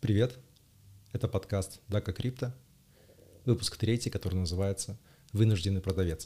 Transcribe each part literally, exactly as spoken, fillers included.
Привет, это подкаст Дака Крипто, выпуск третий, который называется «Вынужденный продавец».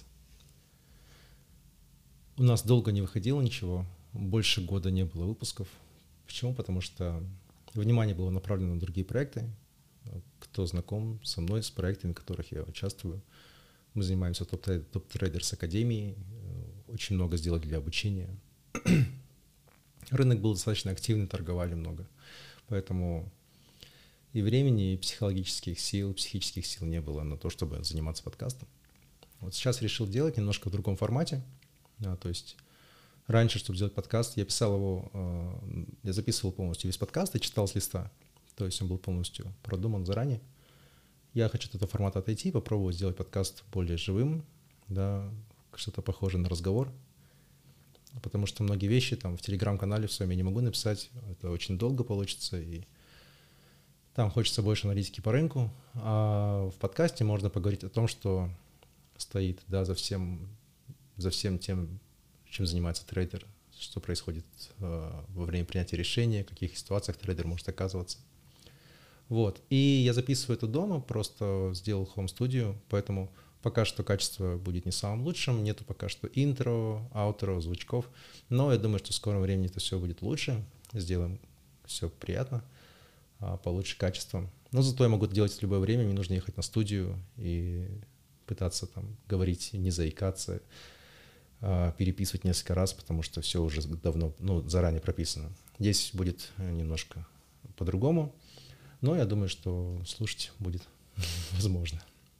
У нас долго не выходило ничего, больше года не было выпусков. Почему? Потому что внимание было направлено на другие проекты. Кто знаком со мной, с проектами, в которых я участвую, мы занимаемся топ-трейдерс академией, очень много сделали для обучения. Рынок был достаточно активный, торговали много, поэтому и времени, и психологических сил, психических сил не было на то, чтобы заниматься подкастом. Вот сейчас решил делать немножко в другом формате. Да, то есть раньше, чтобы сделать подкаст, я писал его, э, я записывал полностью весь подкаст и читал с листа. То есть он был полностью продуман заранее. Я хочу от этого формата отойти, попробовать сделать подкаст более живым, да, что-то похожее на разговор. Потому что многие вещи там в телеграм-канале в своем я не могу написать, это очень долго получится, и там хочется больше аналитики по рынку, а в подкасте можно поговорить о том, что стоит, да, за всем, за всем тем, чем занимается трейдер, что происходит э, во время принятия решения, в каких ситуациях трейдер может оказываться. Вот. И я записываю это дома, просто сделал хоум-студию, поэтому пока что качество будет не самым лучшим, нету пока что интро, аутро, звучков, но я думаю, что в скором времени это все будет лучше, сделаем все приятно, получше качеством. Но зато я могу это делать в любое время, мне нужно ехать на студию и пытаться там говорить, не заикаться, переписывать несколько раз, потому что все уже давно, ну, заранее прописано. Здесь будет немножко по-другому, но я думаю, что слушать будет возможно.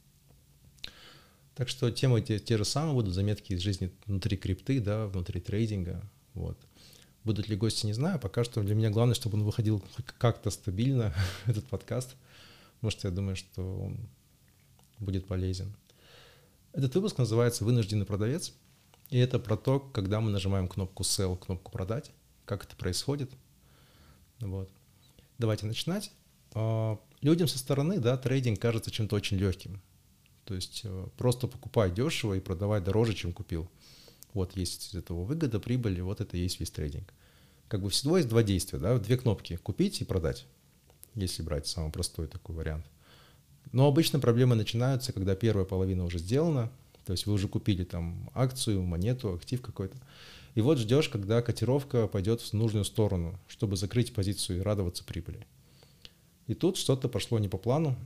Так что темы те, те же самые будут, заметки из жизни внутри крипты, да, внутри трейдинга, вот. Будут ли гости, не знаю. Пока что для меня главное, чтобы он выходил как-то стабильно, этот подкаст, потому что я думаю, что он будет полезен. Этот выпуск называется «Вынужденный продавец», и это про то, когда мы нажимаем кнопку «Sell», кнопку «Продать», как это происходит. Вот. Давайте начинать. Людям со стороны, да, трейдинг кажется чем-то очень легким. То есть просто покупать дешево и продавать дороже, чем купил. Вот есть из этого выгода, прибыль, и вот это и есть весь трейдинг. Как бы всего есть два действия, да, две кнопки: купить и продать, если брать самый простой такой вариант. Но обычно проблемы начинаются, когда первая половина уже сделана, то есть вы уже купили там акцию, монету, актив какой-то, и вот ждешь, когда котировка пойдет в нужную сторону, чтобы закрыть позицию и радоваться прибыли. И тут что-то пошло не по плану,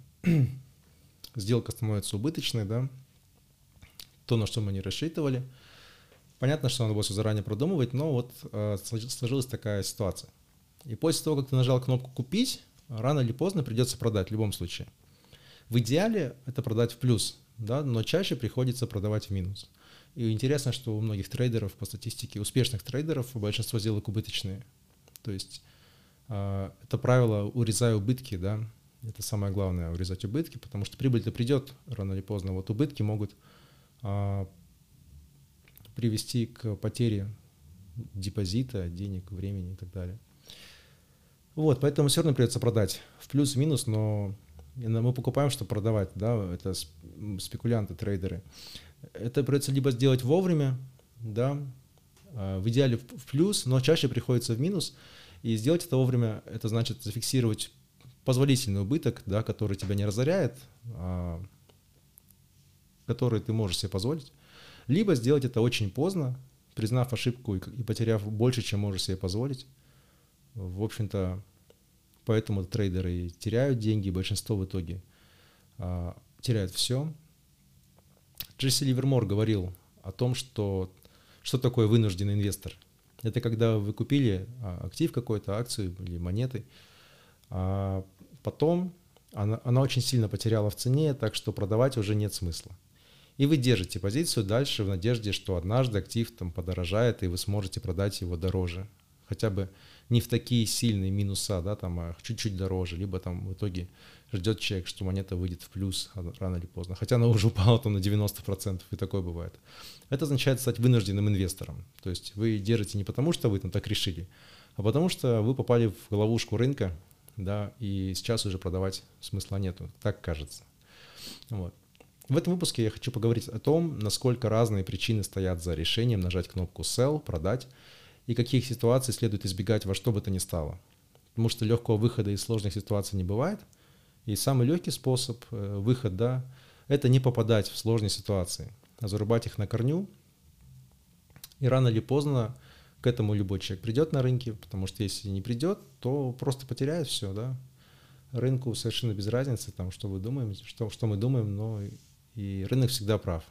сделка становится убыточной, да, то, на что мы не рассчитывали. Понятно, что надо было все заранее продумывать, но вот э, сложилась такая ситуация. И после того, как ты нажал кнопку «Купить», рано или поздно придется продать в любом случае. В идеале это продать в плюс, да, но чаще приходится продавать в минус. И интересно, что у многих трейдеров, по статистике успешных трейдеров, большинство сделок убыточные. То есть э, это правило «урезай убытки», да, это самое главное, урезать убытки, потому что прибыль-то придет рано или поздно. Вот убытки могут э, привести к потере депозита, денег, времени и так далее. Вот, поэтому все равно придется продать в плюс, в минус, но мы покупаем, чтобы продавать, да, это спекулянты, трейдеры. Это придется либо сделать вовремя, да, в идеале в плюс, но чаще приходится в минус, и сделать это вовремя, это значит зафиксировать позволительный убыток, да, который тебя не разоряет, а который ты можешь себе позволить. Либо сделать это очень поздно, признав ошибку и потеряв больше, чем можешь себе позволить. В общем-то, поэтому трейдеры теряют деньги, большинство в итоге а, теряют все. Джесси Ливермор говорил о том, что, что такое вынужденный инвестор. Это когда вы купили актив какой-то, акцию или монеты, а потом она, она очень сильно потеряла в цене, так что продавать уже нет смысла. И вы держите позицию дальше в надежде, что однажды актив там подорожает, и вы сможете продать его дороже. Хотя бы не в такие сильные минуса, да, там, а чуть-чуть дороже. Либо там в итоге ждет человек, что монета выйдет в плюс рано или поздно. Хотя она уже упала там на девяносто процентов, и такое бывает. Это означает стать вынужденным инвестором. То есть вы держите не потому, что вы там так решили, а потому что вы попали в ловушку рынка, да, и сейчас уже продавать смысла нету. Так кажется. Вот. В этом выпуске я хочу поговорить о том, насколько разные причины стоят за решением нажать кнопку «Sell», «Продать», и каких ситуаций следует избегать во что бы то ни стало. потому что легкого выхода из сложных ситуаций не бывает. И самый легкий способ выхода, да, это не попадать в сложные ситуации, а зарубать их на корню. И рано или поздно к этому любой человек придет на рынке, потому что если не придет, то просто потеряет все, да. Рынку совершенно без разницы, там, что вы думаете, что, что мы думаем, но и рынок всегда прав.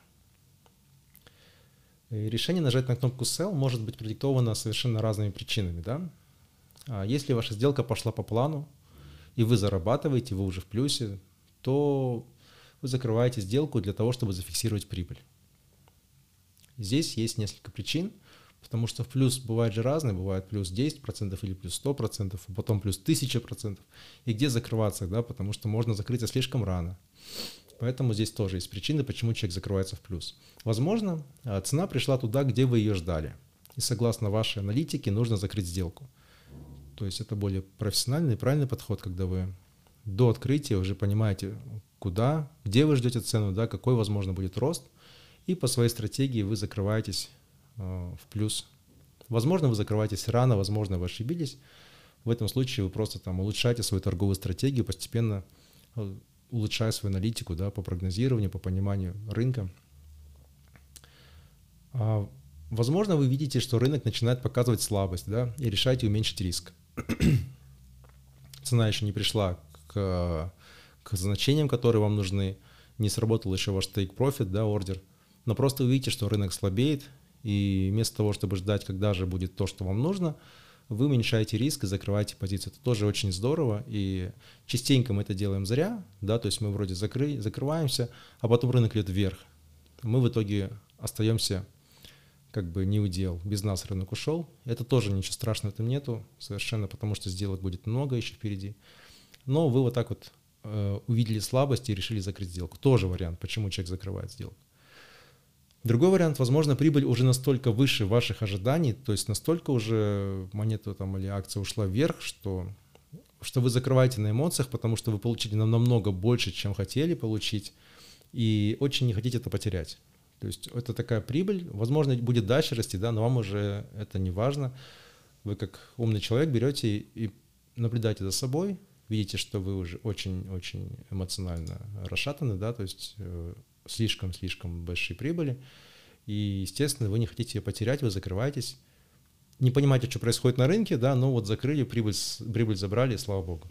И решение нажать на кнопку Sell может быть продиктовано совершенно разными причинами, да. А если ваша сделка пошла по плану, и вы зарабатываете, вы уже в плюсе, то вы закрываете сделку для того, чтобы зафиксировать прибыль. Здесь есть несколько причин, потому что в плюс бывает же разные, бывает плюс десять процентов или плюс сто процентов, а потом плюс тысяча процентов. И где закрываться, да, потому что можно закрыться слишком рано. Поэтому здесь тоже есть причины, почему человек закрывается в плюс. Возможно, цена пришла туда, где вы ее ждали. И согласно вашей аналитике нужно закрыть сделку. То есть это более профессиональный и правильный подход, когда вы до открытия уже понимаете, куда, где вы ждете цену, да, какой, возможно, будет рост. И по своей стратегии вы закрываетесь э, в плюс. Возможно, вы закрываетесь рано, возможно, вы ошибились. В этом случае вы просто там улучшаете свою торговую стратегию, постепенно улучшая свою аналитику, да, по прогнозированию, по пониманию рынка. А, возможно, вы видите, что рынок начинает показывать слабость, да, и решаете уменьшить риск. Цена еще не пришла к, к значениям, которые вам нужны, не сработал еще ваш take profit, да, ордер, но просто вы видите, что рынок слабеет, и вместо того, чтобы ждать, когда же будет то, что вам нужно, вы уменьшаете риск и закрываете позицию. Это тоже очень здорово, и частенько мы это делаем зря, да, то есть мы вроде закры, закрываемся, а потом рынок идет вверх. Мы в итоге остаемся как бы не удел, без нас рынок ушел. Это тоже ничего страшного в этом нету, совершенно, потому что сделок будет много еще впереди. Но вы вот так вот э, увидели слабость и решили закрыть сделку. Тоже вариант, почему человек закрывает сделку. Другой вариант, возможно, прибыль уже настолько выше ваших ожиданий, то есть настолько уже монета там, или акция ушла вверх, что, что вы закрываете на эмоциях, потому что вы получили намного больше, чем хотели получить, и очень не хотите это потерять. То есть это такая прибыль, возможно, будет дальше расти, да, но вам уже это не важно. Вы как умный человек берете и наблюдаете за собой, видите, что вы уже очень-очень эмоционально расшатаны, да, то есть слишком-слишком большие прибыли, и, естественно, вы не хотите ее потерять, вы закрываетесь, не понимаете, что происходит на рынке, да, но вот закрыли, прибыль, прибыль забрали, и слава богу.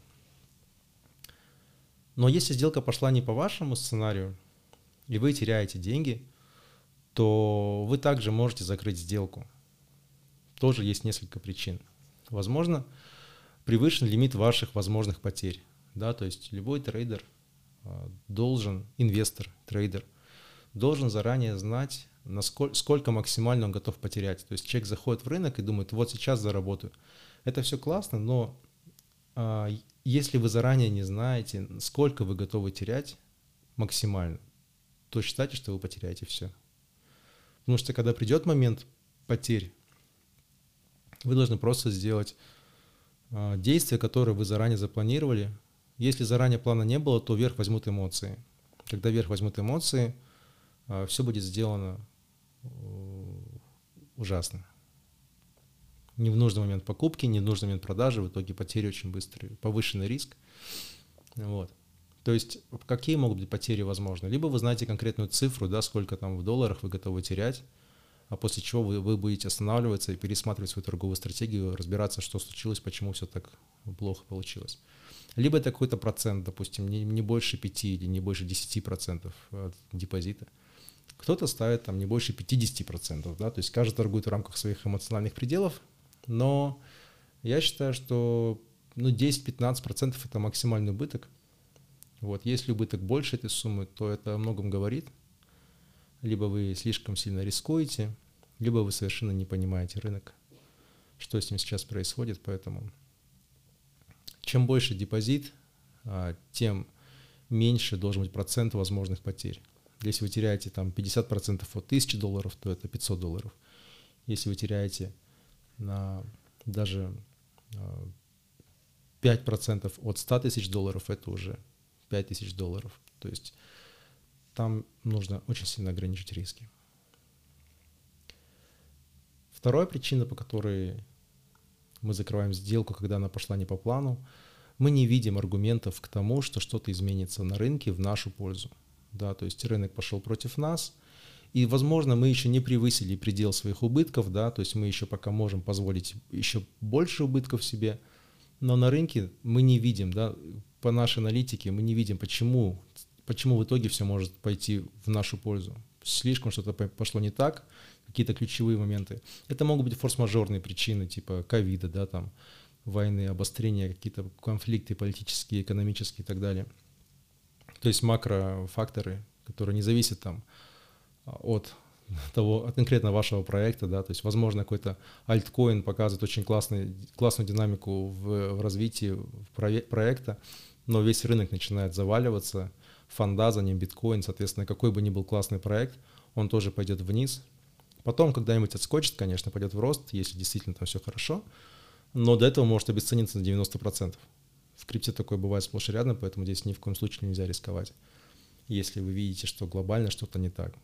Но если сделка пошла не по вашему сценарию, и вы теряете деньги, то вы также можете закрыть сделку. Тоже есть несколько причин. Возможно, превышен лимит ваших возможных потерь, да, то есть любой трейдер должен, инвестор, трейдер, должен заранее знать, насколько, сколько максимально он готов потерять. То есть человек заходит в рынок и думает, вот сейчас заработаю. Это все классно, но а, если вы заранее не знаете, сколько вы готовы терять максимально, то считайте, что вы потеряете все. Потому что когда придет момент потерь, вы должны просто сделать а, действия, которые вы заранее запланировали. Если заранее плана не было, то вверх возьмут эмоции. Когда вверх возьмут эмоции, все будет сделано ужасно. Не в нужный момент покупки, не в нужный момент продажи, в итоге потери очень быстрые, повышенный риск. Вот. То есть какие могут быть потери возможны? Либо вы знаете конкретную цифру, да, сколько там в долларах вы готовы терять, а после чего вы, вы будете останавливаться и пересматривать свою торговую стратегию, разбираться, что случилось, почему все так плохо получилось. Либо это какой-то процент, допустим, не, не больше пяти или не больше десяти процентов от депозита. Кто-то ставит там не больше пятидесяти процентов, да, то есть каждый торгует в рамках своих эмоциональных пределов, но я считаю, что ну, десять-пятнадцать процентов это максимальный убыток. Вот, если убыток больше этой суммы, то это о многом говорит. Либо вы слишком сильно рискуете, либо вы совершенно не понимаете рынок, что с ним сейчас происходит, поэтому чем больше депозит, тем меньше должен быть процент возможных потерь. Если вы теряете там пятьдесят процентов от тысячи долларов, то это пятьсот долларов. Если вы теряете на даже пять процентов от ста тысяч долларов, это уже пять тысяч долларов. То есть там нужно очень сильно ограничить риски. Вторая причина, по которой мы закрываем сделку, когда она пошла не по плану, мы не видим аргументов к тому, что что-то изменится на рынке в нашу пользу. Да, то есть рынок пошел против нас, и, возможно, мы еще не превысили предел своих убытков, да, то есть мы еще пока можем позволить еще больше убытков себе, но на рынке мы не видим, да, по нашей аналитике мы не видим, почему, почему в итоге все может пойти в нашу пользу. Слишком что-то пошло не так, какие-то ключевые моменты. Это могут быть форс-мажорные причины, типа ковида, да, там, войны, обострения, какие-то конфликты политические, экономические и так далее. То есть макрофакторы, которые не зависят там от того, от конкретно вашего проекта, да, то есть, возможно, какой-то альткоин показывает очень классный, классную динамику в, в развитии проекта, но весь рынок начинает заваливаться, фонда за ним, биткоин, соответственно, какой бы ни был классный проект, он тоже пойдет вниз. Потом когда-нибудь отскочит, конечно, пойдет в рост, если действительно там все хорошо, но до этого может обесцениться на девяносто процентов. В крипте такое бывает сплошь и рядом, поэтому здесь ни в коем случае нельзя рисковать, если вы видите, что глобально что-то не так.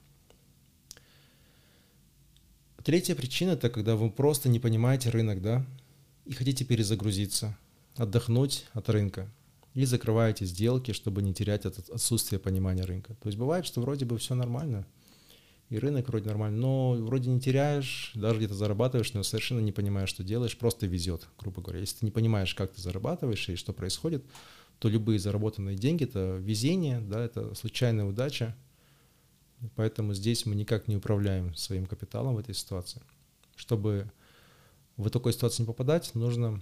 Третья причина – это когда вы просто не понимаете рынок, да, и хотите перезагрузиться, отдохнуть от рынка, и закрываете сделки, чтобы не терять от отсутствия понимания рынка. То есть бывает, что вроде бы все нормально, и рынок вроде нормально, но вроде не теряешь, даже где-то зарабатываешь, но совершенно не понимаешь, что делаешь, просто везет, грубо говоря. Если ты не понимаешь, как ты зарабатываешь и что происходит, то любые заработанные деньги – это везение, да, это случайная удача. Поэтому здесь мы никак не управляем своим капиталом в этой ситуации. Чтобы в такой ситуации не попадать, нужно…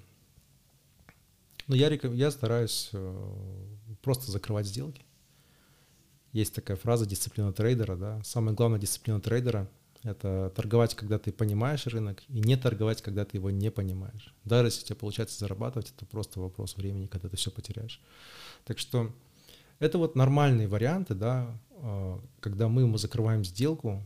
Ну, я, реком... я стараюсь э, просто закрывать сделки. Есть такая фраза «дисциплина трейдера». Да? Самая главная дисциплина трейдера – это торговать, когда ты понимаешь рынок, и не торговать, когда ты его не понимаешь. Даже если у тебя получается зарабатывать, это просто вопрос времени, когда ты все потеряешь. Так что это вот нормальные варианты, да, когда мы, мы закрываем сделку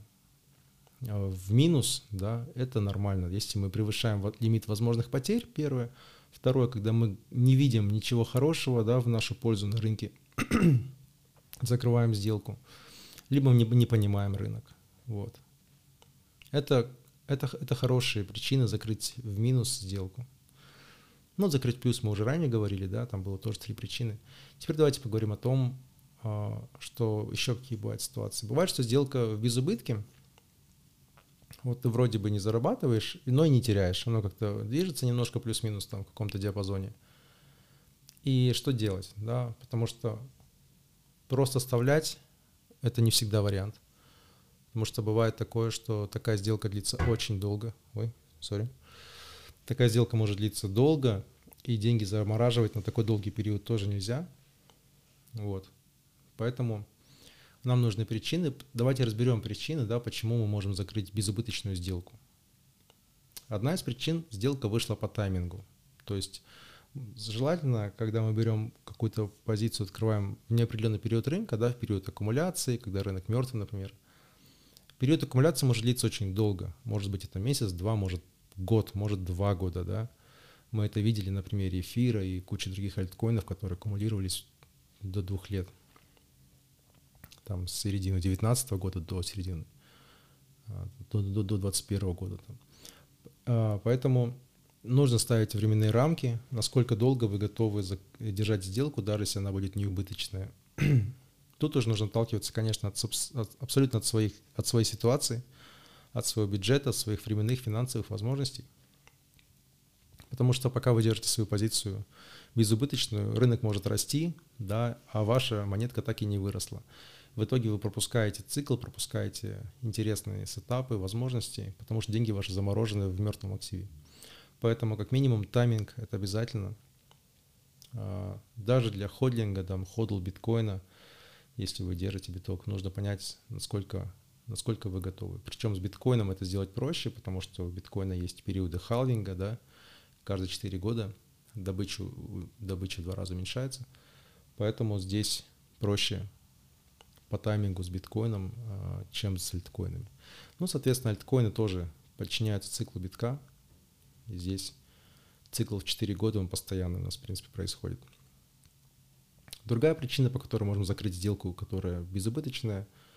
в минус, да, это нормально. Если мы превышаем лимит возможных потерь, первое. Второе, когда мы не видим ничего хорошего, да, в нашу пользу на рынке, закрываем сделку. Либо не, не понимаем рынок. Вот. Это, это, это хорошие причины закрыть в минус сделку. Ну, закрыть плюс мы уже ранее говорили, да, там было тоже три причины. Теперь давайте поговорим о том, что еще какие бывают ситуации. Бывает, что сделка в безубытке, вот ты вроде бы не зарабатываешь, но и не теряешь. Оно как-то движется немножко плюс-минус там в каком-то диапазоне. И что делать, да, потому что просто оставлять – это не всегда вариант. Потому что бывает такое, что такая сделка длится очень долго. Ой, сори. Такая сделка может длиться долго, и деньги замораживать на такой долгий период тоже нельзя. Вот. Поэтому нам нужны причины. Давайте разберем причины, да, почему мы можем закрыть безубыточную сделку. Одна из причин – сделка вышла по таймингу. То есть желательно, когда мы берем какую-то позицию, открываем в неопределенный период рынка, да, в период аккумуляции, когда рынок мертвый, например. Период аккумуляции может длиться очень долго. Может быть, это месяц, два, может год, может два года, да. Мы это видели на примере эфира и кучи других альткоинов, которые аккумулировались до двух лет. Там с середины девятнадцатого года до середины, до, до, до двадцать первого года. Там. Поэтому нужно ставить временные рамки, насколько долго вы готовы держать сделку, даже если она будет неубыточная. Тут уже нужно отталкиваться, конечно, от, от, абсолютно от, своих, от своей ситуации, от своего бюджета, от своих временных финансовых возможностей. Потому что пока вы держите свою позицию безубыточную, рынок может расти, да, а ваша монетка так и не выросла. В итоге вы пропускаете цикл, пропускаете интересные сетапы, возможности, потому что деньги ваши заморожены в мертвом активе. Поэтому как минимум тайминг – это обязательно. Даже для ходлинга, там, ходл биткоина, если вы держите биток, нужно понять, насколько, насколько вы готовы. Причем с биткоином это сделать проще, потому что у биткоина есть периоды халвинга, да, каждые четыре года добычу, добыча в два раза уменьшается. Поэтому здесь проще по таймингу с биткоином, чем с альткоинами. Ну, соответственно, альткоины тоже подчиняются циклу битка. И здесь цикл в четыре года, он постоянно у нас, в принципе, происходит. Другая причина, по которой можем закрыть сделку, которая безубыточная,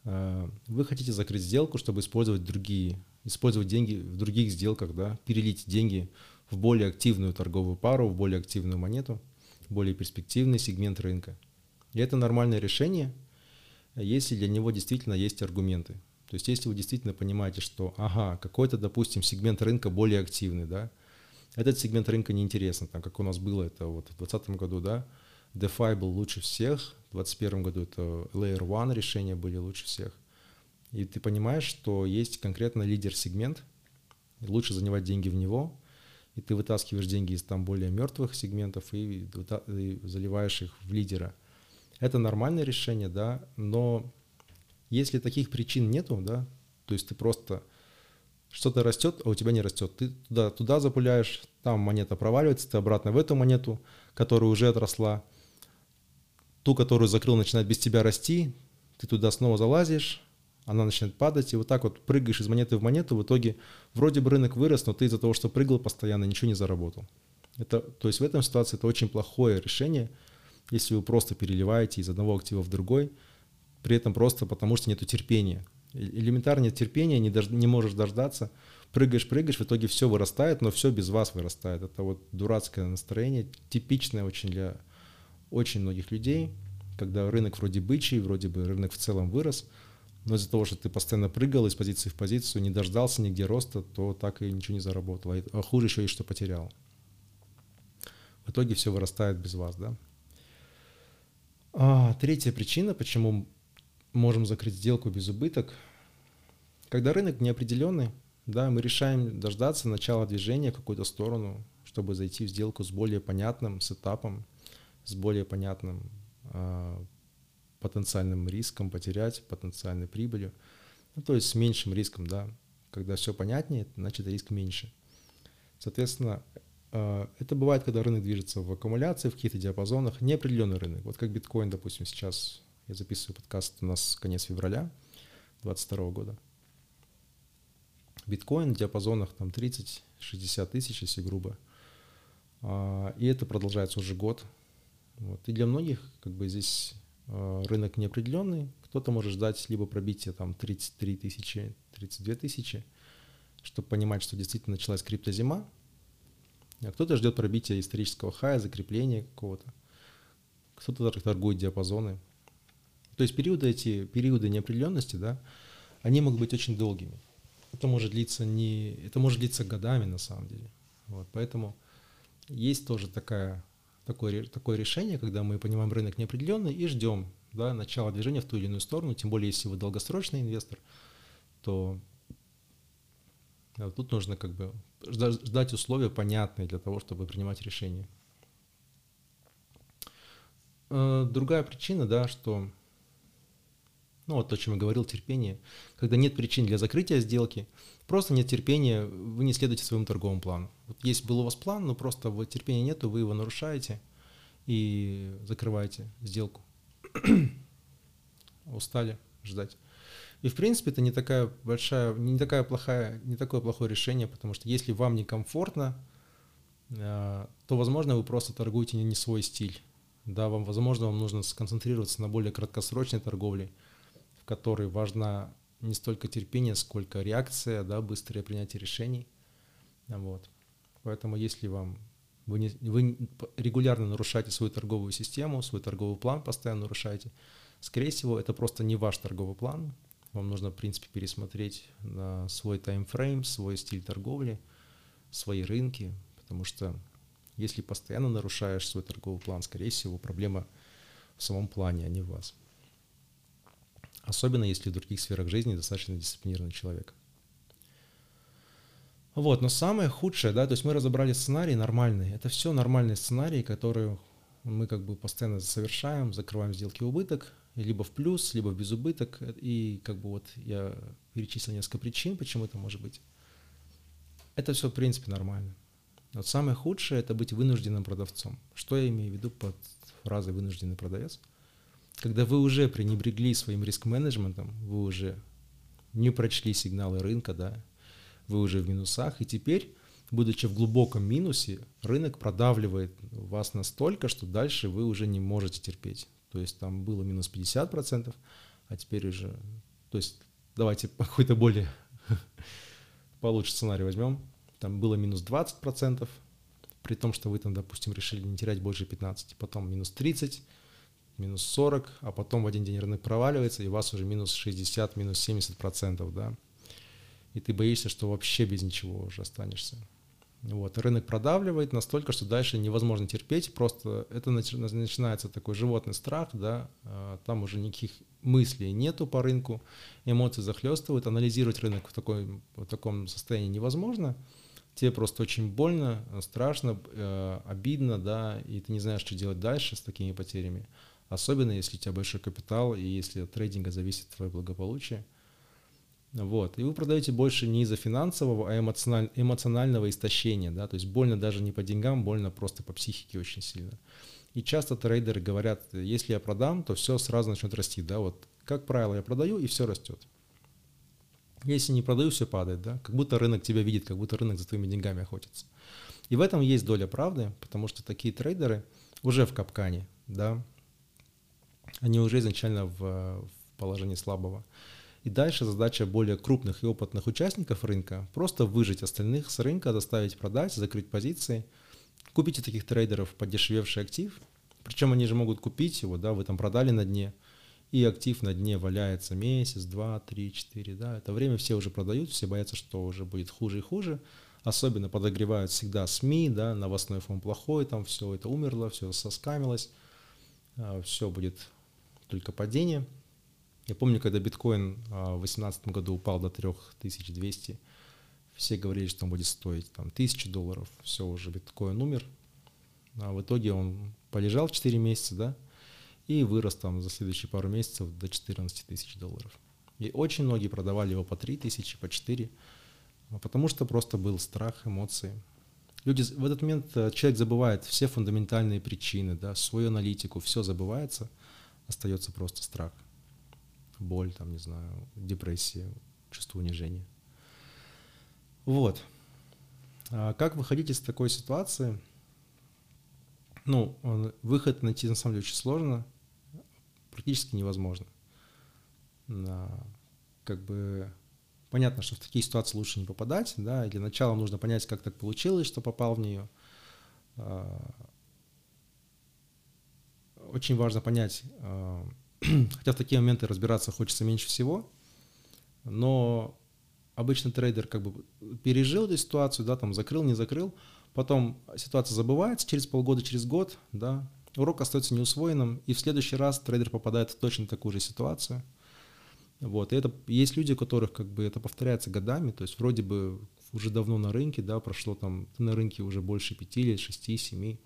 Вы хотите закрыть сделку, чтобы использовать другие, использовать деньги в других сделках, да, перелить деньги в более активную торговую пару, в более активную монету, более перспективный сегмент рынка. И это нормальное решение, если для него действительно есть аргументы. То есть если вы действительно понимаете, что, ага, какой-то, допустим, сегмент рынка более активный, да, этот сегмент рынка неинтересен, там, как у нас было это вот в двадцатом году, да, DeFi был лучше всех, в двадцать первом году это Layer One решения были лучше всех. И ты понимаешь, что есть конкретно лидер-сегмент, лучше занимать деньги в него, и ты вытаскиваешь деньги из там более мертвых сегментов и, и заливаешь их в лидера. Это нормальное решение, да, но если таких причин нету, да, то есть ты просто что-то растет, а у тебя не растет, ты туда, туда запуляешь, там монета проваливается, ты обратно в эту монету, которая уже отросла, ту, которую закрыл, начинает без тебя расти, ты туда снова залазишь, она начинает падать, и вот так вот прыгаешь из монеты в монету, в итоге вроде бы рынок вырос, но ты из-за того, что прыгал постоянно, ничего не заработал. Это, то есть в этом ситуации это очень плохое решение, если вы просто переливаете из одного актива в другой, при этом просто потому, что нету терпения. Элементарное терпение, не, дож, не можешь дождаться, прыгаешь, прыгаешь, в итоге все вырастает, но все без вас вырастает. Это вот дурацкое настроение, типичное очень для очень многих людей, когда рынок вроде бычий, вроде бы рынок в целом вырос, но из-за того, что ты постоянно прыгал из позиции в позицию, не дождался нигде роста, то так и ничего не заработал. А хуже еще и что потерял. В итоге все вырастает без вас, да. А, третья причина, почему можем закрыть сделку без убыток. Когда рынок неопределенный, да, мы решаем дождаться начала движения в какую-то сторону, чтобы зайти в сделку с более понятным сетапом, с более понятным э, потенциальным риском потерять, потенциальной прибылью. Ну, то есть с меньшим риском, да. Когда все понятнее, значит риск меньше. Соответственно, э, это бывает, когда рынок движется в аккумуляции, в каких-то диапазонах, неопределенный рынок. Вот как биткоин, допустим, сейчас. Я записываю подкаст, у нас конец февраля двадцать второго года. Биткоин в диапазонах там тридцать-шестьдесят тысяч, если грубо. И это продолжается уже год. Вот. И для многих как бы здесь рынок неопределенный. Кто-то может ждать либо пробития там тридцать три тысячи, тридцать две тысячи, чтобы понимать, что действительно началась криптозима. А кто-то ждет пробития исторического хая, закрепления какого-то. Кто-то торгует диапазоны. То есть периоды эти, периоды неопределенности, да, они могут быть очень долгими. Это может длиться не, это может длиться годами на самом деле. Вот, поэтому есть тоже такая, такое, такое решение, когда мы понимаем рынок неопределенный и ждем, да, начала движения в ту или иную сторону. Тем более, если вы долгосрочный инвестор, то да, тут нужно как бы ждать условия понятные для того, чтобы принимать решения. Другая причина, да, что ну, вот то, о чем я говорил, терпение. Когда нет причин для закрытия сделки, просто нет терпения, вы не следуете своему торговому плану. Вот есть был у вас план, но просто вот терпения нету, вы его нарушаете и закрываете сделку. Устали ждать. И, в принципе, это не такая большая, не такая плохая, не такое плохое решение, потому что если вам некомфортно, то, возможно, вы просто торгуете не свой стиль. Да, вам, возможно, вам нужно сконцентрироваться на более краткосрочной торговле, в которой важна не столько терпение, сколько реакция, да, быстрое принятие решений. Вот. Поэтому если вам вы, не, вы регулярно нарушаете свою торговую систему, свой торговый план постоянно нарушаете, скорее всего, это просто не ваш торговый план. Вам нужно, в принципе, пересмотреть на свой таймфрейм, свой стиль торговли, свои рынки, потому что если постоянно нарушаешь свой торговый план, скорее всего, проблема в самом плане, а не в вас. Особенно, если в других сферах жизни достаточно дисциплинированный человек. Вот, но самое худшее, да, то есть мы разобрали сценарии нормальные. Это все нормальные сценарии, которые мы как бы постоянно совершаем, закрываем сделки в убыток, либо в плюс, либо в безубыток. И как бы вот я перечислил несколько причин, почему это может быть. Это все, в принципе, нормально. Вот самое худшее – это быть вынужденным продавцом. Что я имею в виду под фразой «вынужденный продавец»? Когда вы уже пренебрегли своим риск-менеджментом, вы уже не прочли сигналы рынка, да, вы уже в минусах, и теперь, будучи в глубоком минусе, рынок продавливает вас настолько, что дальше вы уже не можете терпеть. То есть там было минус пятьдесят процентов, а теперь уже То есть давайте какой-то более получше сценарий возьмем. Там было минус двадцать процентов, при том, что вы там, допустим, решили не терять больше пятнадцати, потом минус тридцать, минус сорок, а потом в один день рынок проваливается, и у вас уже минус шестьдесят, минус семьдесят процентов, да. И ты боишься, что вообще без ничего уже останешься. Вот. Рынок продавливает настолько, что дальше невозможно терпеть, просто это начинается такой животный страх, да, там уже никаких мыслей нету по рынку, эмоции захлестывают, анализировать рынок в, такой, в таком состоянии невозможно, тебе просто очень больно, страшно, э, обидно, да, и ты не знаешь, что делать дальше с такими потерями, особенно если у тебя большой капитал и если от трейдинга зависит твое благополучие. Вот. И вы продаете больше не из-за финансового, а эмоциональ, эмоционального истощения. Да? То есть больно даже не по деньгам, больно просто по психике очень сильно. И часто трейдеры говорят, если я продам, то все сразу начнет расти. Да? Вот, как правило, я продаю, и все растет. Если не продаю, все падает. Да? Как будто рынок тебя видит, как будто рынок за твоими деньгами охотится. И в этом есть доля правды, потому что такие трейдеры уже в капкане. Да? Они уже изначально в, в положении слабого. И дальше задача более крупных и опытных участников рынка просто выжать остальных с рынка, заставить продать, закрыть позиции. Купите таких трейдеров подешевевший актив, причем они же могут купить его, да, вы там продали на дне, и актив на дне валяется месяц, два, три, четыре, да, это время все уже продают, все боятся, что уже будет хуже и хуже, особенно подогревают всегда СМИ, да, новостной фон плохой, там все это умерло, все соскамилось, все будет только падение. Я помню, когда биткоин в две тысячи восемнадцатом году упал до три тысячи двести, все говорили, что он будет стоить там тысячу долларов, все, уже биткоин умер. А в итоге он полежал четыре месяца, да, и вырос там за следующие пару месяцев до четырнадцати тысяч долларов. И очень многие продавали его по три тысячи, по четыре, потому что просто был страх, эмоции. Люди, в этот момент человек забывает все фундаментальные причины, да, свою аналитику, все забывается, остается просто страх. Боль, там, не знаю, депрессия, чувство унижения. Вот. А как выходить из такой ситуации? Ну, выход найти на самом деле очень сложно, практически невозможно. Как бы понятно, что в такие ситуации лучше не попадать, да, и для начала нужно понять, как так получилось, что попал в нее. Очень важно понять, хотя в такие моменты разбираться хочется меньше всего, но обычно трейдер как бы пережил эту ситуацию, да, там закрыл, не закрыл, потом ситуация забывается через полгода, через год, да, урок остается неусвоенным, и в следующий раз трейдер попадает в точно такую же ситуацию. Вот, и это есть люди, у которых как бы это повторяется годами, то есть вроде бы уже давно на рынке, да, прошло там, ты на рынке уже больше пяти лет, шести, семи,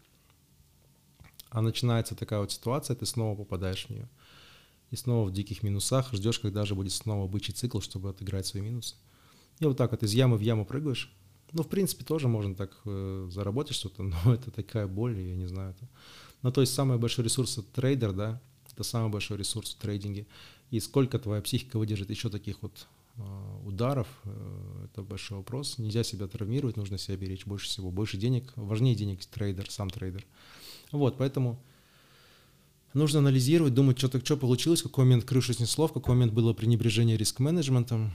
а начинается такая вот ситуация, ты снова попадаешь в нее. И снова в диких минусах ждешь, когда же будет снова бычий цикл, чтобы отыграть свои минусы. И вот так вот из ямы в яму прыгаешь. Ну, в принципе, тоже можно так э, заработать что-то, но это такая боль, я не знаю. Это. Ну, то есть самый большой ресурс — это трейдер, да, это самый большой ресурс в трейдинге. И сколько твоя психика выдержит еще таких вот э, ударов, э, это большой вопрос. Нельзя себя травмировать, нужно себя беречь больше всего. Больше денег, важнее денег трейдер, сам трейдер. Вот, поэтому... Нужно анализировать, думать, что, что получилось, в какой момент крышу снесло, в какой момент было пренебрежение риск-менеджментом,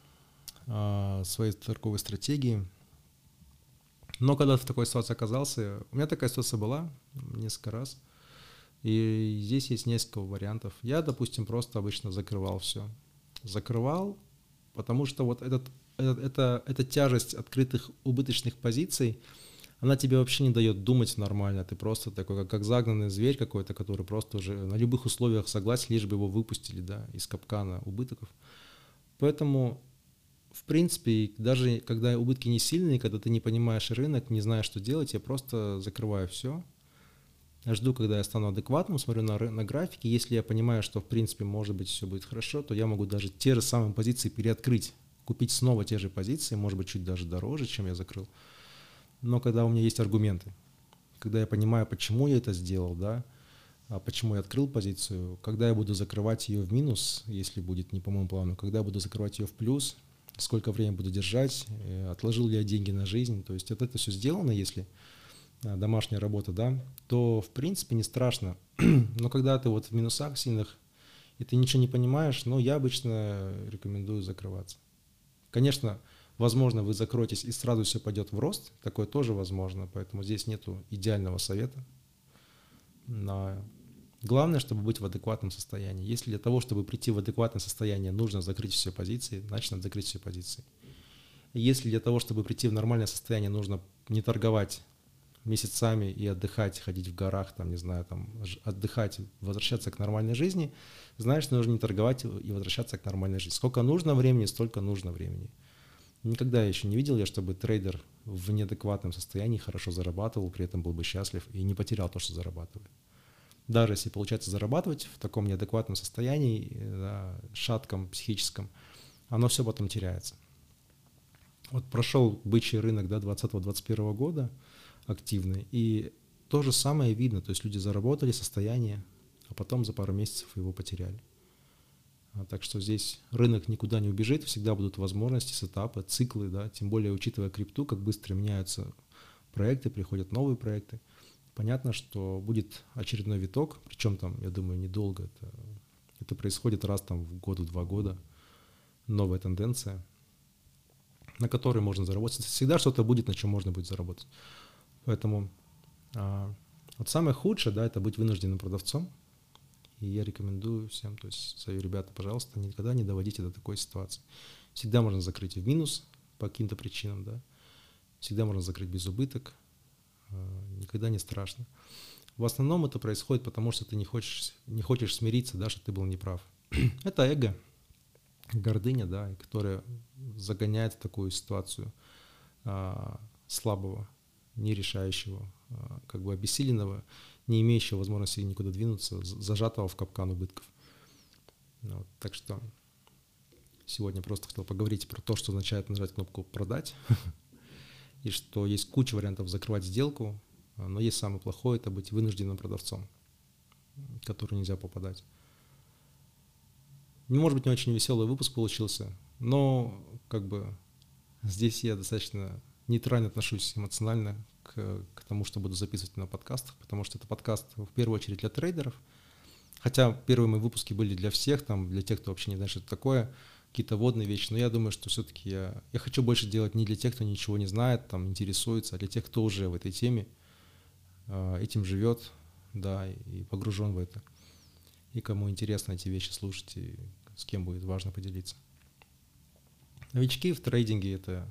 своей торговой стратегии. Но когда ты в такой ситуации оказался, у меня такая ситуация была несколько раз, и здесь есть несколько вариантов. Я, допустим, просто обычно закрывал все. Закрывал, потому что вот этот, это, это, эта тяжесть открытых убыточных позиций, она тебе вообще не дает думать нормально. Ты просто такой, как, как загнанный зверь какой-то, который просто уже на любых условиях согласен, лишь бы его выпустили, да, из капкана убытков. Поэтому, в принципе, даже когда убытки не сильные, когда ты не понимаешь рынок, не знаешь, что делать, я просто закрываю все. Я жду, когда я стану адекватным, смотрю на, на графики. Если я понимаю, что, в принципе, может быть, все будет хорошо, то я могу даже те же самые позиции переоткрыть, купить снова те же позиции, может быть, чуть даже дороже, чем я закрыл. Но когда у меня есть аргументы, когда я понимаю, почему я это сделал, да, почему я открыл позицию, когда я буду закрывать ее в минус, если будет не по моему плану, когда я буду закрывать ее в плюс, сколько времени буду держать, отложил ли я деньги на жизнь, то есть вот это все сделано, если домашняя работа, да, то в принципе не страшно. Но когда ты вот в минусах сильных и ты ничего не понимаешь, но я обычно рекомендую закрываться. Конечно, возможно, вы закроетесь и сразу все пойдет в рост, такое тоже возможно, поэтому здесь нету идеального совета. Но главное, чтобы быть в адекватном состоянии. Если для того, чтобы прийти в адекватное состояние, нужно закрыть все позиции, значит, надо закрыть все позиции. Если для того, чтобы прийти в нормальное состояние, нужно не торговать месяцами и отдыхать, ходить в горах, там, не знаю, там, отдыхать, возвращаться к нормальной жизни, значит, нужно не торговать и возвращаться к нормальной жизни. Сколько нужно времени, столько нужно времени. Никогда я еще не видел, я, чтобы трейдер в неадекватном состоянии хорошо зарабатывал, при этом был бы счастлив и не потерял то, что зарабатывает. Даже если получается зарабатывать в таком неадекватном состоянии, да, шатком, психическом, оно все потом теряется. Вот прошел бычий рынок да, двадцатого-двадцать первого года активный, и то же самое видно, то есть люди заработали состояние, а потом за пару месяцев его потеряли. А так что здесь рынок никуда не убежит, всегда будут возможности, сетапы, циклы, да, тем более учитывая крипту, как быстро меняются проекты, приходят новые проекты. Понятно, что будет очередной виток, причем там, я думаю, недолго, это, это происходит раз там в год, в два года, новая тенденция, на которой можно заработать. Всегда что-то будет, на чем можно будет заработать. Поэтому а, вот самое худшее, да, это быть вынужденным продавцом. И я рекомендую всем, то есть свои ребята, пожалуйста, никогда не доводите до такой ситуации. Всегда можно закрыть в минус по каким-то причинам, да. Всегда можно закрыть без убыток. Никогда не страшно. В основном это происходит потому, что ты не хочешь, не хочешь смириться, да, что ты был неправ. Это эго, гордыня, да, которая загоняет в такую ситуацию а, слабого, не решающего, а, как бы обессиленного, не имеющего возможности никуда двинуться, зажатого в капкан убытков. Вот, так что сегодня просто хотел поговорить про то, что означает нажать кнопку «Продать», и что есть куча вариантов закрывать сделку, но есть самый плохой – это быть вынужденным продавцом, в который нельзя попадать. Может быть, не очень веселый выпуск получился, но как бы здесь я достаточно нейтрально отношусь эмоционально к, к тому, что буду записывать на подкастах, потому что это подкаст в первую очередь для трейдеров. Хотя первые мои выпуски были для всех, там, для тех, кто вообще не знает, что это такое, какие-то водные вещи, но я думаю, что все-таки я, я хочу больше делать не для тех, кто ничего не знает, там, интересуется, а для тех, кто уже в этой теме, э, этим живет, да, и погружен в это. И кому интересно эти вещи слушать, и с кем будет важно поделиться. Новички в трейдинге – это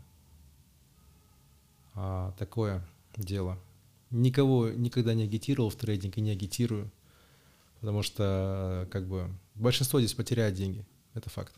а, такое дело. Никого никогда не агитировал в трейдинг и не агитирую, потому что как бы большинство здесь потеряет деньги, это факт.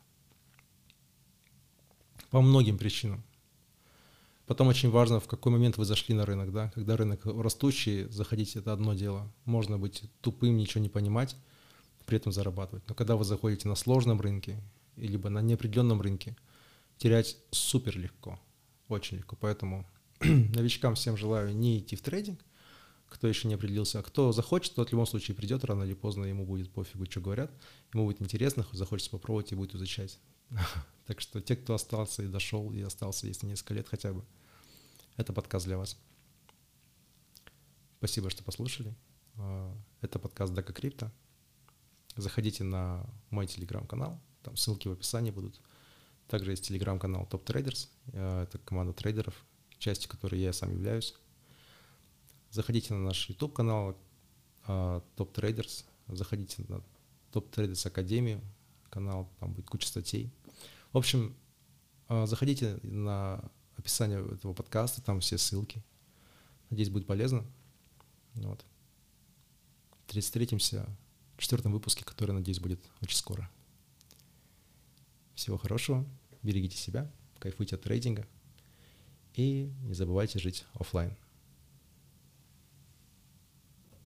По многим причинам. Потом очень важно, в какой момент вы зашли на рынок, да. Когда рынок растущий, заходить – это одно дело. Можно быть тупым, ничего не понимать, при этом зарабатывать. Но когда вы заходите на сложном рынке, либо на неопределенном рынке, терять супер легко, очень легко. Поэтому новичкам всем желаю не идти в трейдинг, кто еще не определился. А кто захочет, тот в любом случае придет, рано или поздно ему будет пофигу, что говорят. Ему будет интересно, захочется попробовать и будет изучать. Так что те, кто остался и дошел, и остался, если несколько лет хотя бы, это подкаст для вас. Спасибо, что послушали. Это подкаст Дека Крипто. Заходите на мой телеграм-канал, там ссылки в описании будут. Также есть телеграм-канал Top Traders, это команда трейдеров, частью которой я сам являюсь. Заходите на наш YouTube-канал Top Traders, заходите на Top Traders Академию, канал, там будет куча статей. В общем, заходите на описание этого подкаста, там все ссылки. Надеюсь, будет полезно. Вот. Встретимся в четвертом выпуске, который, надеюсь, будет очень скоро. Всего хорошего, берегите себя, кайфуйте от трейдинга и не забывайте жить офлайн.